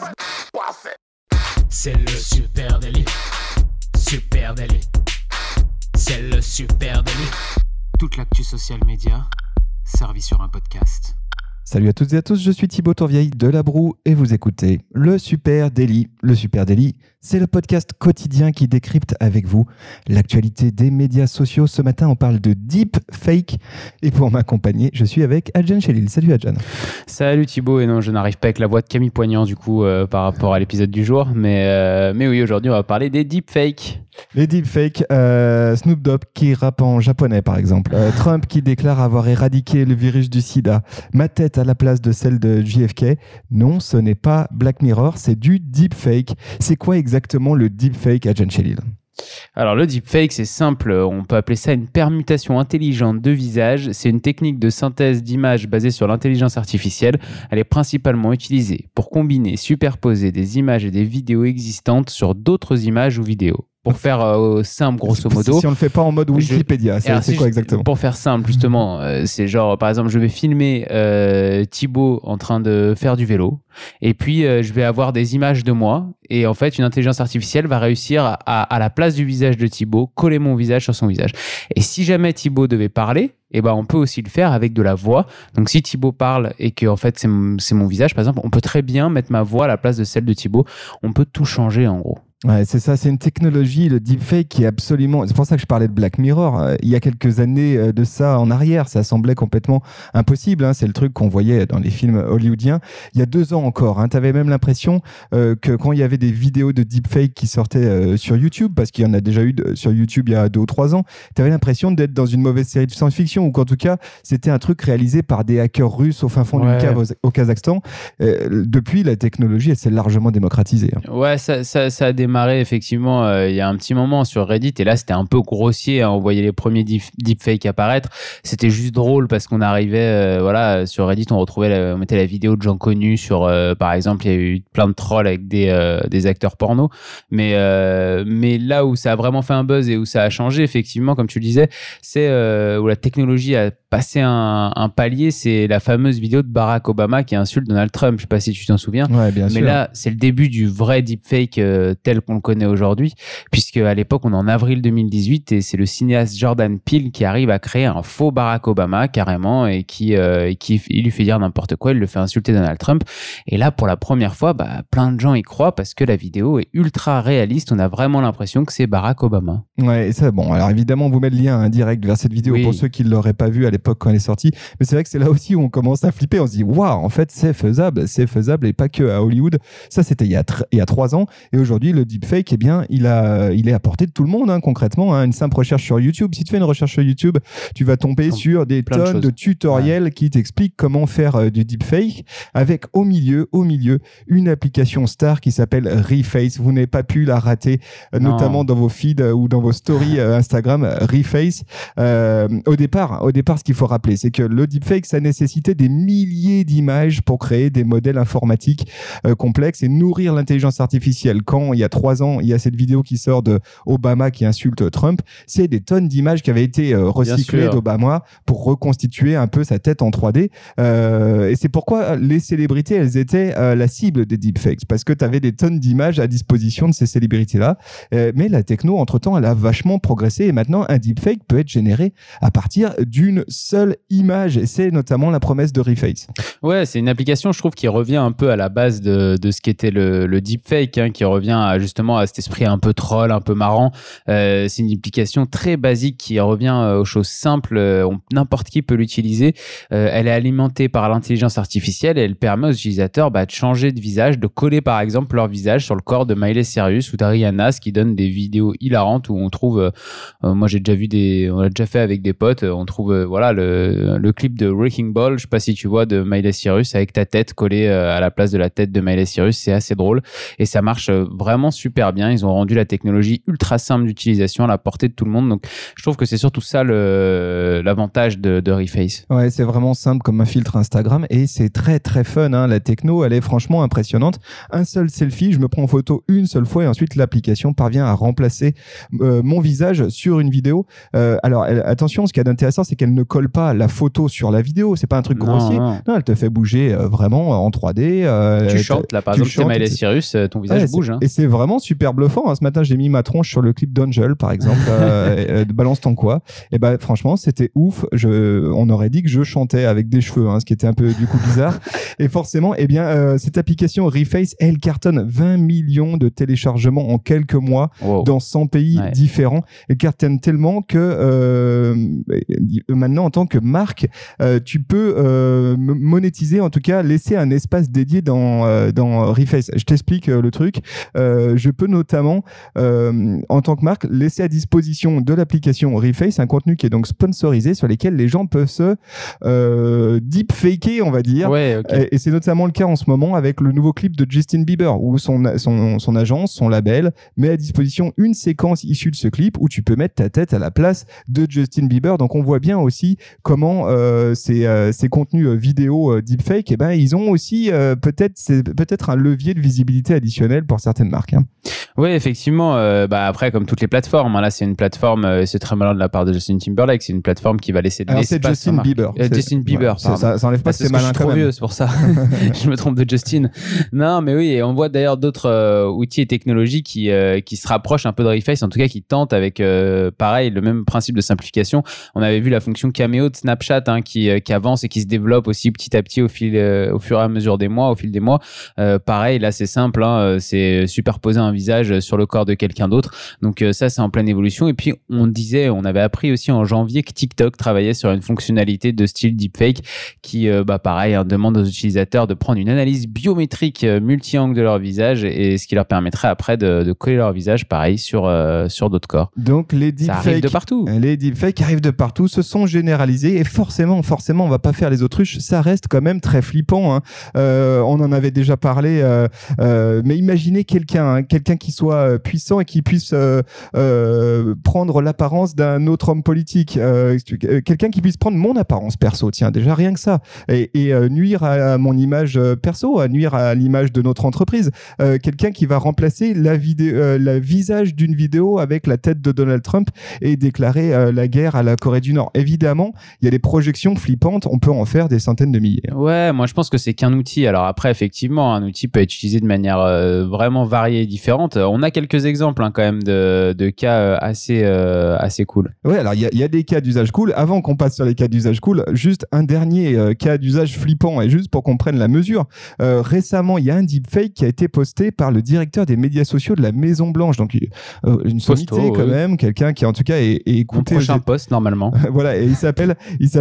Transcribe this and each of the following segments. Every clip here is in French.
C'est le super délit. Super délit. C'est le super délit. Toute l'actu social média servie sur un podcast. Salut à toutes et à tous, je suis Thibaut Tourvieille de La Broue et vous écoutez Le Super Délit. Le Super Délit, c'est le podcast quotidien qui décrypte avec vous l'actualité des médias sociaux. Ce matin, on parle de deepfake et pour m'accompagner, je suis avec Adjan Chelil. Salut Adjan. Salut Thibaut, et non, je n'arrive pas avec la voix de Camille Poignant du coup par rapport à l'épisode du jour, mais oui, aujourd'hui on va parler des deepfakes. Les deepfakes, Snoop Dogg qui rappe en japonais par exemple, Trump qui déclare avoir éradiqué le virus du sida, ma tête à la place de celle de JFK. Non, ce n'est pas Black Mirror, c'est du deepfake. C'est quoi exactement le deepfake, Adjan Chelil ? Alors le deepfake, c'est simple, on peut appeler ça une permutation intelligente de visage. C'est une technique de synthèse d'images basée sur l'intelligence artificielle. Elle est principalement utilisée pour combiner, superposer des images et des vidéos existantes sur d'autres images ou vidéos. Pour faire simple, grosso modo. Si on ne le fait pas en mode Wikipédia, c'est quoi exactement ? Pour faire simple, justement, c'est genre, par exemple, je vais filmer Thibaut en train de faire du vélo, et puis je vais avoir des images de moi, et en fait, une intelligence artificielle va réussir à la place du visage de Thibaut, coller mon visage sur son visage. Et si jamais Thibaut devait parler, eh ben, on peut aussi le faire avec de la voix. Donc, si Thibaut parle et que en fait, c'est mon visage, par exemple, on peut très bien mettre ma voix à la place de celle de Thibaut. On peut tout changer, en gros. Ouais, c'est ça, c'est une technologie, le deepfake, qui est absolument... C'est pour ça que je parlais de Black Mirror. Il y a quelques années de ça en arrière, ça semblait complètement impossible. C'est le truc qu'on voyait dans les films hollywoodiens. Il y a 2 ans encore, tu avais même l'impression que quand il y avait des vidéos de deepfake qui sortaient sur YouTube, parce qu'il y en a déjà eu sur YouTube il y a 2 ou 3 ans, tu avais l'impression d'être dans une mauvaise série de science-fiction, ou qu'en tout cas, c'était un truc réalisé par des hackers russes au fin fond d'une cave au Kazakhstan. Depuis, la technologie, elle s'est largement démocratisée. Ouais, ça a démarré effectivement il y a un petit moment sur Reddit, et là c'était un peu grossier, on voyait les premiers deepfakes apparaître. C'était juste drôle parce qu'on arrivait sur Reddit, on mettait la vidéo de gens connus sur par exemple, il y a eu plein de trolls avec des acteurs porno, mais là où ça a vraiment fait un buzz et où ça a changé effectivement, comme tu le disais, c'est où la technologie a passé un palier. C'est la fameuse vidéo de Barack Obama qui insulte Donald Trump. Je sais pas si tu t'en souviens. Ouais, bien sûr. Mais là, c'est le début du vrai deepfake tel qu'on le connaît aujourd'hui, puisque à l'époque, on est en avril 2018 et c'est le cinéaste Jordan Peele qui arrive à créer un faux Barack Obama carrément, et qui il lui fait dire n'importe quoi, il le fait insulter Donald Trump. Et là, pour la première fois, plein de gens y croient parce que la vidéo est ultra réaliste. On a vraiment l'impression que c'est Barack Obama. Ouais, et ça, bon, alors évidemment, on vous met le lien direct vers cette vidéo pour ceux qui ne l'auraient pas vu à l'époque quand elle est sortie. Mais c'est vrai que c'est là aussi où on commence à flipper. On se dit, waouh, en fait, c'est faisable, et pas que à Hollywood. Ça, c'était il y a 3 ans. Et aujourd'hui, le deepfake, eh bien, il est à portée de tout le monde, concrètement. Une simple recherche sur YouTube. Si tu fais une recherche sur YouTube, tu vas tomber sur des tonnes de tutoriels qui t'expliquent comment faire du deepfake, avec au milieu, une application star qui s'appelle Reface. Vous n'avez pas pu la rater, notamment dans vos feeds ou dans vos stories Instagram. Reface. Au départ, ce qu'il faut rappeler, c'est que le deepfake, ça nécessitait des milliers d'images pour créer des modèles informatiques complexes et nourrir l'intelligence artificielle. Quand il y a 3 ans, il y a cette vidéo qui sort de Obama qui insulte Trump, c'est des tonnes d'images qui avaient été recyclées d'Obama pour reconstituer un peu sa tête en 3D. Et c'est pourquoi les célébrités, elles étaient la cible des deepfakes, parce que tu avais des tonnes d'images à disposition de ces célébrités-là. Mais la techno, entre-temps, elle a vachement progressé, et maintenant, un deepfake peut être généré à partir d'une seule image, et c'est notamment la promesse de Reface. Ouais, c'est une application, je trouve, qui revient un peu à la base de ce qu'était le deepfake, qui revient justement à cet esprit un peu troll, un peu marrant. C'est une application très basique qui revient aux choses simples. N'importe qui peut l'utiliser. Elle est alimentée par l'intelligence artificielle et elle permet aux utilisateurs de changer de visage, de coller par exemple leur visage sur le corps de Miley Cyrus ou d'Ariana, ce qui donne des vidéos hilarantes où on trouve, moi j'ai déjà vu on l'a déjà fait avec des potes, on trouve le clip de Wrecking Ball, je sais pas si tu vois, de Miley Cyrus avec ta tête collée à la place de la tête de Miley Cyrus. C'est assez drôle et ça marche vraiment super bien. Ils ont rendu la technologie ultra simple d'utilisation à la portée de tout le monde. Donc je trouve que c'est surtout ça l'avantage de Reface. Ouais, c'est vraiment simple comme un filtre Instagram et c'est très très fun. La techno, elle est franchement impressionnante. Un seul selfie, je me prends en photo une seule fois et ensuite l'application parvient à remplacer mon visage sur une vidéo. Alors attention, ce qu'il y a d'intéressant, c'est qu'elle ne colle pas la photo sur la vidéo, c'est pas un truc grossier. Non, elle te fait bouger vraiment en 3D. Tu chantes, là, par exemple, c'est Miley Cyrus, ton visage bouge. Et c'est vraiment super bluffant. Ce matin, j'ai mis ma tronche sur le clip d'Angel, par exemple, de Balance ton quoi. Et franchement, c'était ouf. On aurait dit que je chantais avec des cheveux, ce qui était un peu du coup bizarre. Et forcément, cette application Reface, elle cartonne 20 millions de téléchargements en quelques mois dans 100 pays différents. Elle cartonne tellement que maintenant, en tant que marque, tu peux monétiser, en tout cas, laisser un espace dédié dans Reface. Je t'explique le truc. Je peux notamment, en tant que marque, laisser à disposition de l'application Reface un contenu qui est donc sponsorisé sur lesquels les gens peuvent se deepfaker, on va dire. Et c'est notamment le cas en ce moment avec le nouveau clip de Justin Bieber où son agence, son label met à disposition une séquence issue de ce clip où tu peux mettre ta tête à la place de Justin Bieber. Donc on voit bien aussi comment ces contenus vidéo deepfake, ils ont aussi peut-être un levier de visibilité additionnel pour certaines marques. Oui, effectivement. Après, comme toutes les plateformes, là c'est une plateforme, c'est très malin de la part de Justin Timberlake, c'est une plateforme qui va laisser de l'espace. C'est Justin Bieber. Justin Bieber, ça enlève pas, c'est malin. Je suis trop vieux, c'est pour ça. Je me trompe de Justin. Non, mais oui, et on voit d'ailleurs d'autres outils et technologies qui se rapprochent un peu de Reface, en tout cas qui tentent avec pareil le même principe de simplification. On avait vu la fonction caméo de Snapchat qui avance et qui se développe aussi petit à petit au fur et à mesure des mois, au fil des mois. Pareil, là c'est simple, c'est superposer un visage sur le corps de quelqu'un d'autre. Donc ça c'est en pleine évolution. Et puis on avait appris aussi en janvier que TikTok travaillait sur une fonctionnalité de style deepfake qui pareil demande aux utilisateurs de prendre une analyse biométrique multi-angle de leur visage et ce qui leur permettrait après de coller leur visage pareil sur d'autres corps. Donc les deepfakes, ça arrive de partout. Les deepfakes arrivent de partout, se sont généralisés et forcément on va pas faire les autruches, ça reste quand même très flippant. On en avait déjà parlé, mais imaginez quelqu'un qui soit puissant et qui puisse prendre l'apparence d'un autre homme politique, quelqu'un qui puisse prendre mon apparence perso, tiens, déjà rien que ça, et nuire à mon image perso, à nuire à l'image de notre entreprise, quelqu'un qui va remplacer la visage d'une vidéo avec la tête de Donald Trump et déclarer la guerre à la Corée du Nord. Évidemment, il y a des projections flippantes, on peut en faire des centaines de milliers. Ouais, moi je pense que c'est qu'un outil. Alors après, effectivement, un outil peut être utilisé de manière vraiment variée et différente. On a quelques exemples quand même de cas assez cool. Ouais, alors il y a des cas d'usage cool. Avant qu'on passe sur les cas d'usage cool, juste un dernier cas d'usage flippant et juste pour qu'on prenne la mesure. Récemment, il y a un deepfake qui a été posté par le directeur des médias sociaux de la Maison Blanche. Donc une sommité quand même, quelqu'un qui en tout cas est écouté. Mon prochain poste normalement. Voilà, et il s'appelle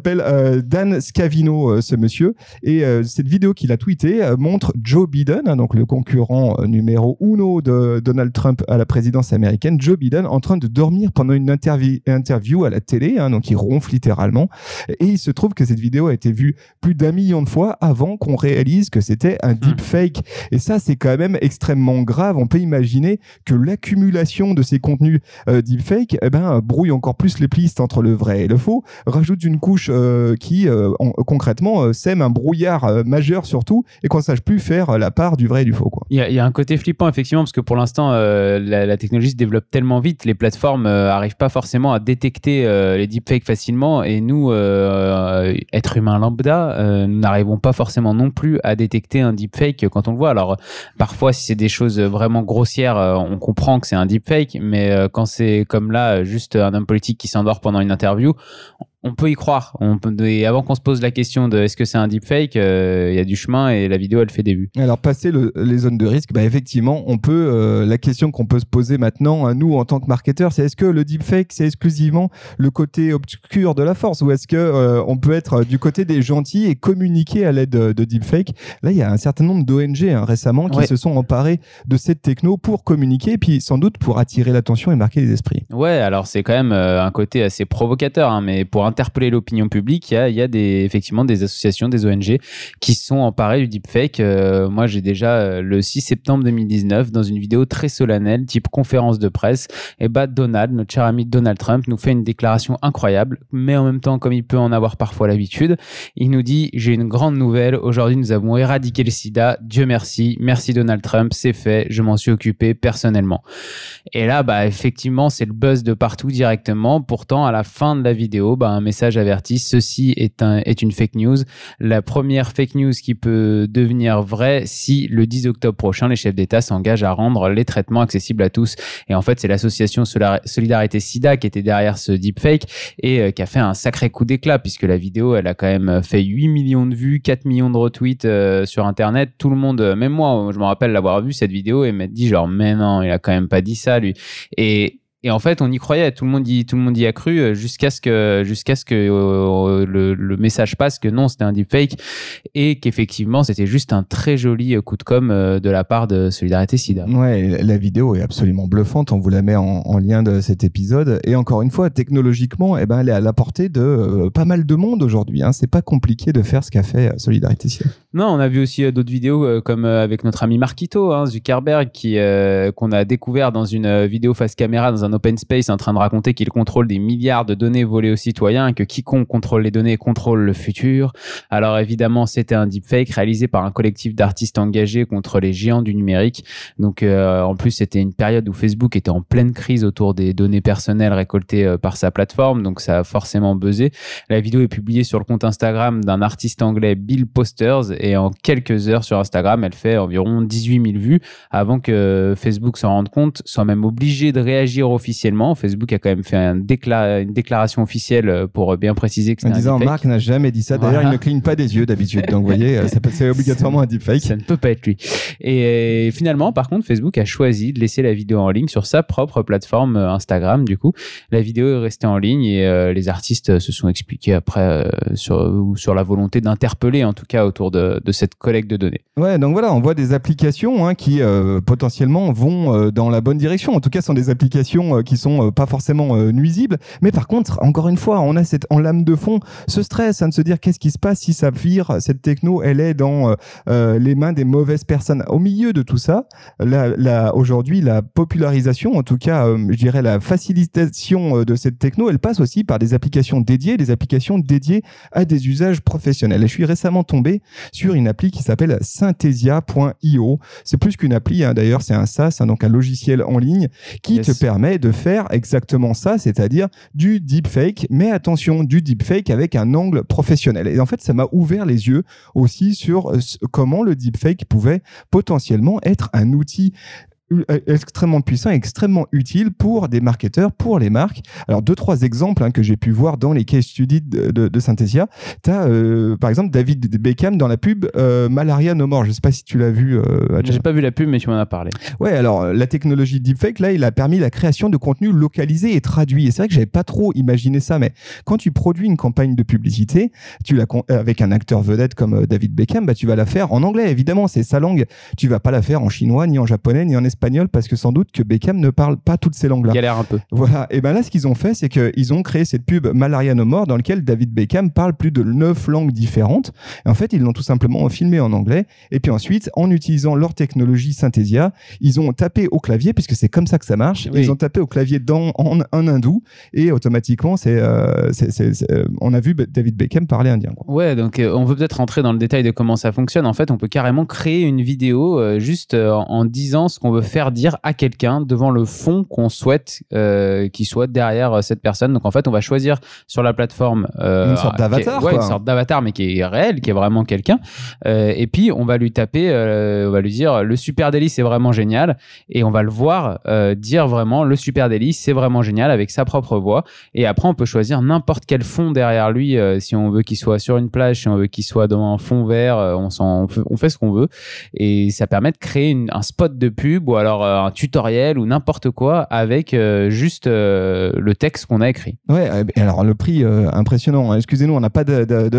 Dan Scavino, ce monsieur. Et cette vidéo qu'il a tweetée montre Joe Biden, donc le concurrent numéro uno de Donald Trump à la présidence américaine, Joe Biden en train de dormir pendant une interview à la télé, donc il ronfle littéralement. Et il se trouve que cette vidéo a été vue plus d'1 million de fois avant qu'on réalise que c'était un deepfake. Et ça, c'est quand même extrêmement grave. On peut imaginer que l'accumulation de ces contenus deepfake brouille encore plus les pistes entre le vrai et le faux, rajoute une couche qui concrètement sème un brouillard majeur surtout, et qu'on ne sache plus faire la part du vrai et du faux. Il y a un côté flippant effectivement, parce que pour l'instant la technologie se développe tellement vite, les plateformes n'arrivent pas forcément à détecter les deepfakes facilement, et nous, êtres humains lambda, nous n'arrivons pas forcément non plus à détecter un deepfake quand on le voit. Alors parfois, si c'est des choses vraiment grossières, on comprend que c'est un deepfake, mais quand c'est comme là, juste un homme politique qui s'endort pendant une interview, on peut y croire. Et avant qu'on se pose la question de est-ce que c'est un deepfake, il y a du chemin et la vidéo elle fait des vues. Alors passer les zones de risque, effectivement, on peut. La question qu'on peut se poser maintenant, à nous en tant que marketeurs, c'est est-ce que le deepfake c'est exclusivement le côté obscur de la force, ou est-ce que on peut être du côté des gentils et communiquer à l'aide de deepfake? Là, il y a un certain nombre d'ONG récemment qui se sont emparés de cette techno pour communiquer, et puis sans doute pour attirer l'attention et marquer les esprits. Ouais, alors c'est quand même un côté assez provocateur, mais pour interpeller l'opinion publique, il y a effectivement des associations, des ONG qui se sont emparées du deepfake. Moi, j'ai déjà le 6 septembre 2019, dans une vidéo très solennelle, type conférence de presse, Donald, notre cher ami Donald Trump, nous fait une déclaration incroyable, mais en même temps, comme il peut en avoir parfois l'habitude, il nous dit « J'ai une grande nouvelle, aujourd'hui nous avons éradiqué le sida, Dieu merci, merci Donald Trump, c'est fait, je m'en suis occupé personnellement. » Et là, effectivement, c'est le buzz de partout directement. Pourtant, à la fin de la vidéo, un un message averti, ceci est une fake news. La première fake news qui peut devenir vraie si le 10 octobre prochain, les chefs d'État s'engagent à rendre les traitements accessibles à tous. Et en fait, c'est l'association Solidarité Sida qui était derrière ce deepfake et qui a fait un sacré coup d'éclat puisque la vidéo, elle a quand même fait 8 millions de vues, 4 millions de retweets sur Internet. Tout le monde, même moi, je me rappelle l'avoir vu cette vidéo et m'être dit genre, mais non, il a quand même pas dit ça, lui. Et en fait, on y croyait, tout le monde y a cru jusqu'à ce que le message passe que non, c'était un deepfake et qu'effectivement, c'était juste un très joli coup de com de la part de Solidarité Sida. Ouais, la vidéo est absolument bluffante, on vous la met en lien de cet épisode et encore une fois, technologiquement, elle est à la portée de pas mal de monde aujourd'hui, hein. C'est pas compliqué de faire ce qu'a fait Solidarité Sida. Non, on a vu aussi d'autres vidéos comme avec notre ami Marquito, Zuckerberg, qu'on a découvert dans une vidéo face caméra dans un open space en train de raconter qu'il contrôle des milliards de données volées aux citoyens et que quiconque contrôle les données contrôle le futur. Alors évidemment, c'était un deepfake réalisé par un collectif d'artistes engagés contre les géants du numérique. Donc en plus, c'était une période où Facebook était en pleine crise autour des données personnelles récoltées par sa plateforme, donc ça a forcément buzzé. La vidéo est publiée sur le compte Instagram d'un artiste anglais, Bill Posters, et en quelques heures sur Instagram, elle fait environ 18 000 vues avant que Facebook s'en rende compte, soit même obligé de réagir officiellement. Facebook a quand même fait une déclaration officielle pour bien préciser que c'est un deepfake. En disant Marc n'a jamais dit ça. D'ailleurs, il ne cligne pas des yeux d'habitude. Donc, vous voyez, c'est obligatoirement un deepfake. Ça ne peut pas être lui. Et finalement, par contre, Facebook a choisi de laisser la vidéo en ligne sur sa propre plateforme Instagram. Du coup, la vidéo est restée en ligne et les artistes se sont expliqués après sur la volonté d'interpeller, en tout cas, autour de cette collecte de données. Ouais, donc voilà, on voit des applications qui potentiellement vont dans la bonne direction. En tout cas, ce sont des applications qui sont pas forcément nuisibles. Mais par contre, encore une fois, on a en lame de fond ce stress de se dire qu'est-ce qui se passe si ça vire, cette techno, elle est dans les mains des mauvaises personnes. Au milieu de tout ça, aujourd'hui, la popularisation, en tout cas, je dirais la facilitation de cette techno, elle passe aussi par des applications dédiées à des usages professionnels. Et je suis récemment tombé sur une appli qui s'appelle Synthesia.io. C'est plus qu'une appli, d'ailleurs, c'est un SaaS, donc un logiciel en ligne qui te permet de faire exactement ça, c'est-à-dire du deepfake, mais attention, du deepfake avec un angle professionnel. Et en fait, ça m'a ouvert les yeux aussi sur comment le deepfake pouvait potentiellement être un outil extrêmement puissant et extrêmement utile pour des marketeurs, pour les marques. Alors, 2-3 exemples que j'ai pu voir dans les case studies de Synthesia. Tu as, par exemple, David Beckham dans la pub Malaria No More. Je ne sais pas si tu l'as vu. J'ai pas vu la pub, mais tu m'en as parlé. Ouais, alors, la technologie deepfake, là, il a permis la création de contenu localisé et traduit. Et c'est vrai que j'avais pas trop imaginé ça, mais quand tu produis une campagne de publicité, avec un acteur vedette comme David Beckham, tu vas la faire en anglais, évidemment, c'est sa langue. Tu vas pas la faire en chinois, ni en japonais, ni en espagnol, parce que sans doute que Beckham ne parle pas toutes ces langues-là. Galère un peu. Voilà. Et ben là, ce qu'ils ont fait, c'est qu'ils ont créé cette pub Malaria No More dans laquelle David Beckham parle plus de 9 langues différentes. Et en fait, ils l'ont tout simplement filmé en anglais. Et puis ensuite, en utilisant leur technologie Synthesia, ils ont tapé au clavier, puisque c'est comme ça que ça marche. Oui. Ils ont tapé au clavier en hindou et automatiquement, on a vu David Beckham parler indien, quoi. Ouais, donc on veut peut-être rentrer dans le détail de comment ça fonctionne. En fait, on peut carrément créer une vidéo juste en disant ce qu'on veut faire dire à quelqu'un devant le fond qu'on souhaite qu'il soit derrière cette personne. Donc en fait, on va choisir sur la plateforme une sorte d'avatar, une sorte d'avatar, mais qui est réel, qui est vraiment quelqu'un. Et puis on va lui taper, on va lui dire le super délice c'est vraiment génial, et on va le voir dire vraiment le super délice c'est vraiment génial avec sa propre voix. Et après on peut choisir n'importe quel fond derrière lui, si on veut qu'il soit sur une plage, si on veut qu'il soit dans un fond vert, on fait ce qu'on veut, et ça permet de créer un spot de pub ou alors un tutoriel ou n'importe quoi avec juste le texte qu'on a écrit. Ouais, et alors le prix impressionnant. Excusez-nous, on n'a pas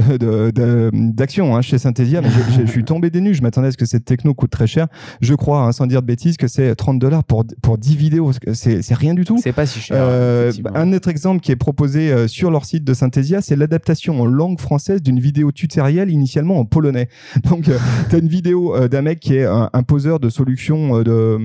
d'action chez Synthesia, mais je suis tombé des nues. Je m'attendais à ce que cette techno coûte très cher. Je crois, sans dire de bêtises, que c'est $30 pour 10 vidéos. C'est rien du tout. C'est pas si cher. Un autre exemple qui est proposé sur leur site de Synthesia, c'est l'adaptation en langue française d'une vidéo tutoriel initialement en polonais. Donc, tu as une vidéo d'un mec qui est un poseur de solutions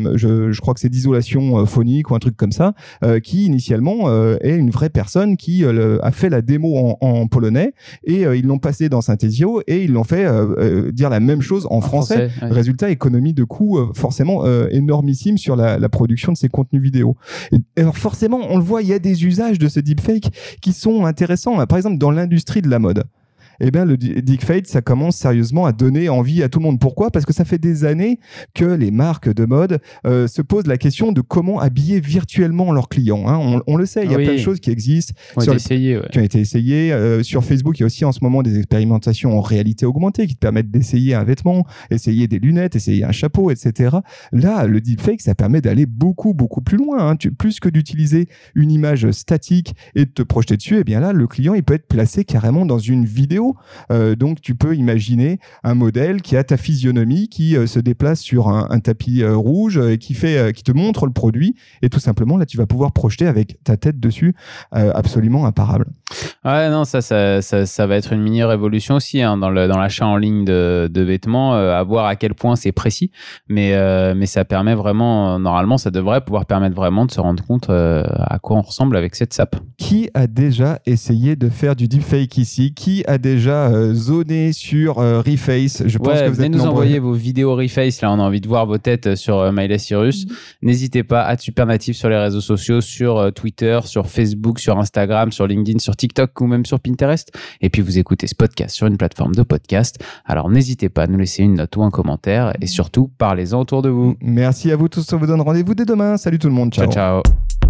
je crois que c'est d'isolation phonique ou un truc comme ça, qui initialement est une vraie personne qui a fait la démo en polonais et ils l'ont passé dans Synthesio et ils l'ont fait dire la même chose en français. Ouais. Résultat, économie de coûts forcément énormissime sur la production de ces contenus vidéo. Et alors forcément, on le voit, il y a des usages de ce deepfake qui sont intéressants. Par exemple, dans l'industrie de la mode. Eh bien, le deepfake, ça commence sérieusement à donner envie à tout le monde. Pourquoi ? Parce que ça fait des années que les marques de mode se posent la question de comment habiller virtuellement leurs clients. Hein. On le sait, il y a plein de choses qui existent, qui ont été essayées. Sur Facebook, il y a aussi en ce moment des expérimentations en réalité augmentée qui te permettent d'essayer un vêtement, essayer des lunettes, essayer un chapeau, etc. Là, le deepfake, ça permet d'aller beaucoup, beaucoup plus loin. Hein. Plus que d'utiliser une image statique et de te projeter dessus, eh bien là, le client, il peut être placé carrément dans une vidéo. Donc tu peux imaginer un modèle qui a ta physionomie, qui se déplace sur un tapis rouge et qui te montre le produit, et tout simplement là tu vas pouvoir projeter avec ta tête dessus, absolument imparable. Ouais, non, ça va être une mini révolution aussi dans l'achat en ligne de vêtements, à voir à quel point c'est précis, mais ça permet vraiment, normalement ça devrait pouvoir permettre vraiment de se rendre compte à quoi on ressemble avec cette SAP. Qui a déjà essayé de faire du deepfake ici ? Qui a déjà zoné sur Reface ? Je pense que vous venez êtes nous nombreux. envoyer vos vidéos Reface, là on a envie de voir vos têtes sur Miley Cyrus. N'hésitez pas, @supernatif sur les réseaux sociaux, sur Twitter, sur Facebook, sur Instagram, sur LinkedIn, sur TikTok ou même sur Pinterest. Et puis vous écoutez ce podcast sur une plateforme de podcast. Alors n'hésitez pas à nous laisser une note ou un commentaire et surtout parlez-en autour de vous. Merci à vous tous, on vous donne rendez-vous dès demain. Salut tout le monde, ciao. Ciao.